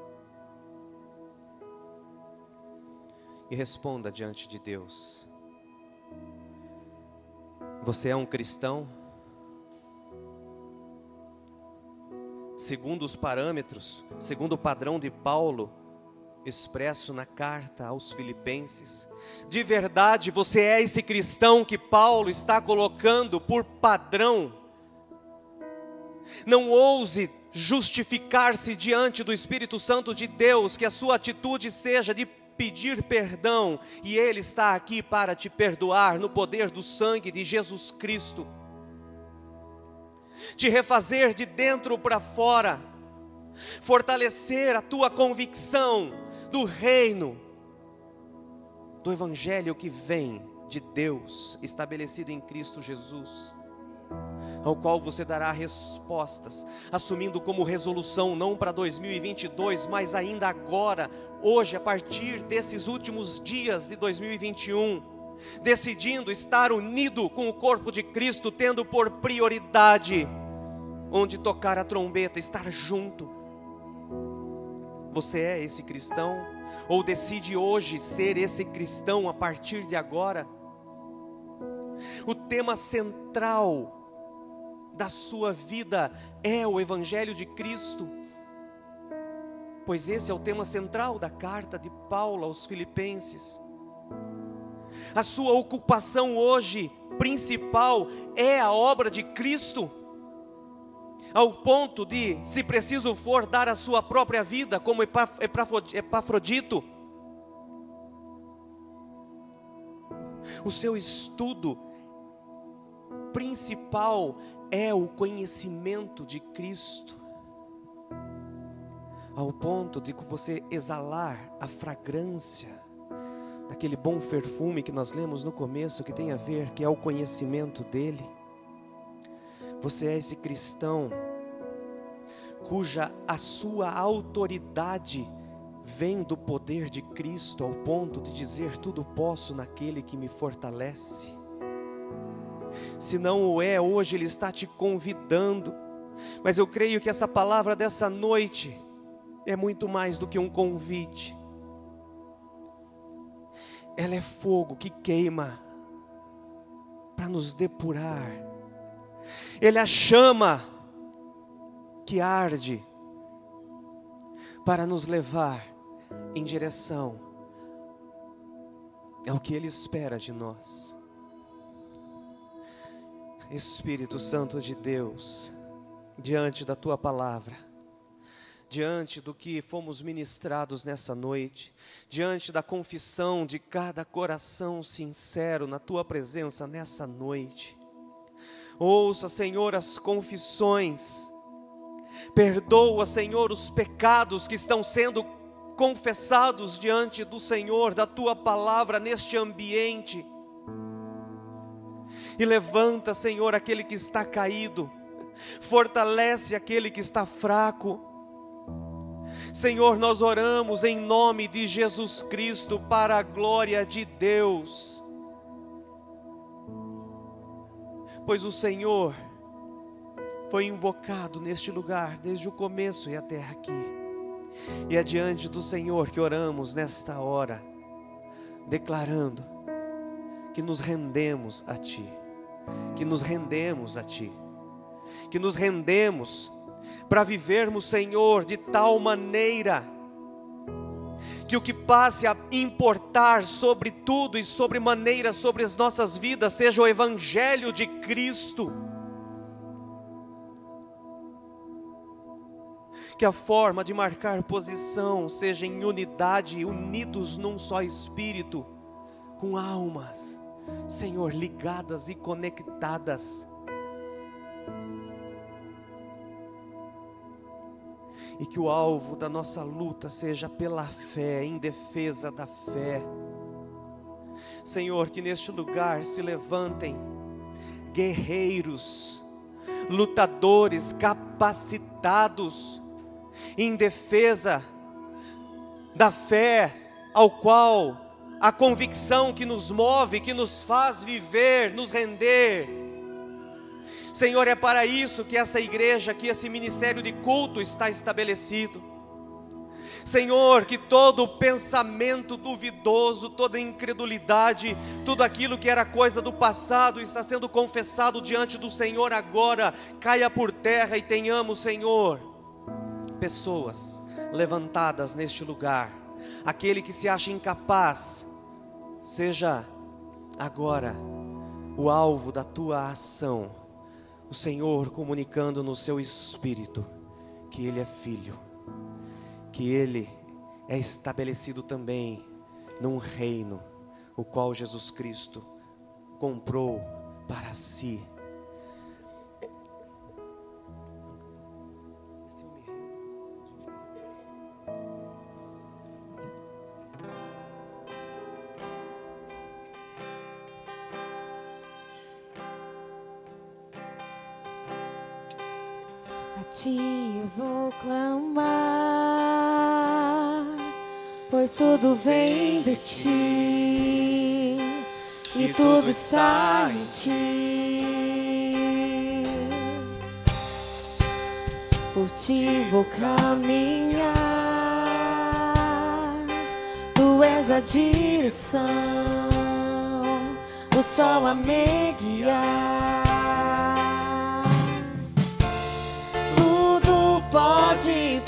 e responda diante de Deus. Você é um cristão? Segundo os parâmetros, segundo o padrão de Paulo, expresso na carta aos Filipenses. De verdade, você é esse cristão que Paulo está colocando por padrão? Não ouse justificar-se diante do Espírito Santo de Deus, que a sua atitude seja de pedir perdão, e Ele está aqui para te perdoar no poder do sangue de Jesus Cristo. Te refazer de dentro para fora, fortalecer a tua convicção do reino, do Evangelho que vem de Deus, estabelecido em Cristo Jesus, ao qual você dará respostas, assumindo como resolução, não para dois mil e vinte e dois, mas ainda agora, hoje, a partir desses últimos dias de dois mil e vinte e um, decidindo estar unido com o corpo de Cristo, tendo por prioridade, onde tocar a trombeta, estar junto. Você é esse cristão? Ou decide hoje ser esse cristão a partir de agora? O tema central da sua vida é o Evangelho de Cristo, pois esse é o tema central da carta de Paulo aos Filipenses. A sua ocupação hoje principal é a obra de Cristo, ao ponto de, se preciso for, dar a sua própria vida como Epafrodito. O seu estudo principal é o conhecimento de Cristo, ao ponto de você exalar a fragrância daquele bom perfume que nós lemos no começo, que tem a ver, que é o conhecimento dele. Você é esse cristão cuja a sua autoridade vem do poder de Cristo, ao ponto de dizer: tudo posso naquele que me fortalece. Se não o é, hoje Ele está te convidando, mas eu creio que essa palavra dessa noite é muito mais do que um convite. Ela é fogo que queima para nos depurar. Ele é a chama que arde para nos levar em direção ao que Ele espera de nós. Espírito Santo de Deus, diante da Tua palavra, diante do que fomos ministrados nessa noite, diante da confissão de cada coração sincero na Tua presença nessa noite, ouça, Senhor, as confissões, perdoa, Senhor, os pecados que estão sendo confessados diante do Senhor, da Tua palavra neste ambiente. e levanta, Senhor, aquele que está caído, fortalece aquele que está fraco. Senhor, nós oramos em nome de Jesus Cristo, para a glória de Deus, pois o Senhor foi invocado neste lugar desde o começo e até aqui, e é diante do Senhor que oramos nesta hora, declarando que nos rendemos a Ti, que nos rendemos a Ti, que nos rendemos para vivermos, Senhor, de tal maneira que o que passe a importar sobre tudo e sobre maneira sobre as nossas vidas seja o Evangelho de Cristo. Que a forma de marcar posição seja em unidade, unidos num só Espírito, com almas, Senhor, ligadas e conectadas. E que o alvo da nossa luta seja pela fé, em defesa da fé. Senhor, que neste lugar se levantem guerreiros, lutadores capacitados, em defesa da fé, ao qual a convicção que nos move, que nos faz viver, nos render. Senhor, é para isso que essa igreja, que esse ministério de culto está estabelecido. Senhor, que todo pensamento duvidoso, toda incredulidade, tudo aquilo que era coisa do passado está sendo confessado diante do Senhor agora, caia por terra e tenhamos, Senhor, pessoas levantadas neste lugar. Aquele que se acha incapaz, seja agora o alvo da tua ação. O Senhor comunicando no seu espírito que Ele é filho, que Ele é estabelecido também num reino, o qual Jesus Cristo comprou para si. A Ti eu vou clamar, pois tudo vem de Ti e tudo está em Ti. Por Ti vou caminhar, Tu és a direção, o sol a me guiar. Pode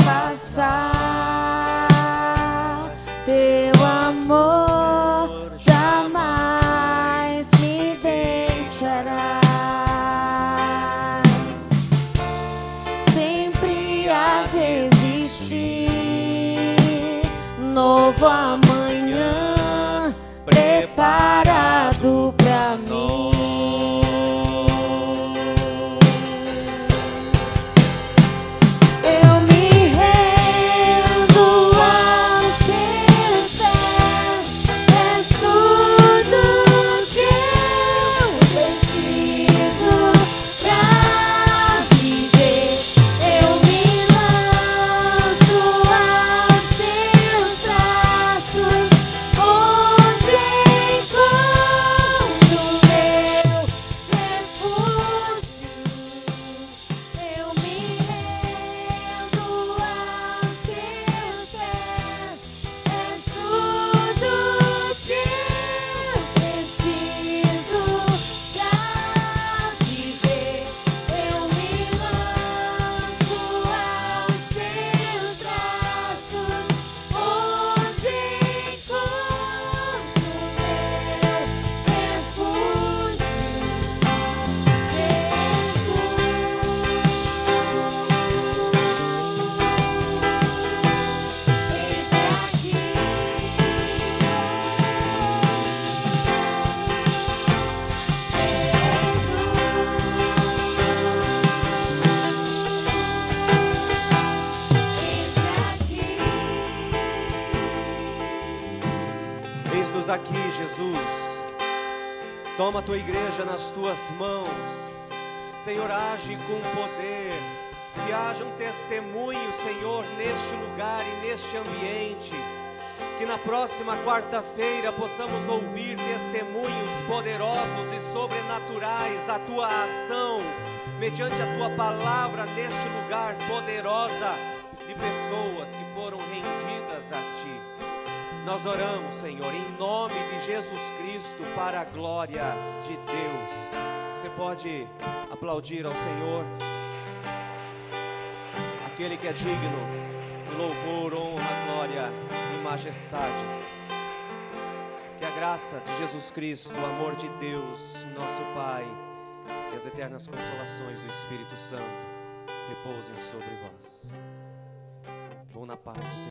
passar, Teu amor jamais me deixará. Sempre há de existir novo amanhã preparado pra mim. Aqui, Jesus, Toma a tua igreja nas tuas mãos. Senhor, age com poder. Que haja um testemunho, Senhor, neste lugar e neste ambiente. Que na próxima quarta-feira possamos ouvir testemunhos poderosos e sobrenaturais da tua ação, mediante a tua palavra neste lugar poderosa, de pessoas que foram rendidas a ti. Nós oramos, Senhor, em nome de Jesus Cristo, para a glória de Deus. Você pode aplaudir ao Senhor, aquele que é digno de louvor, honra, glória e majestade. Que a graça de Jesus Cristo, o amor de Deus, nosso Pai, e as eternas consolações do Espírito Santo repousem sobre vós. Vão na paz do Senhor.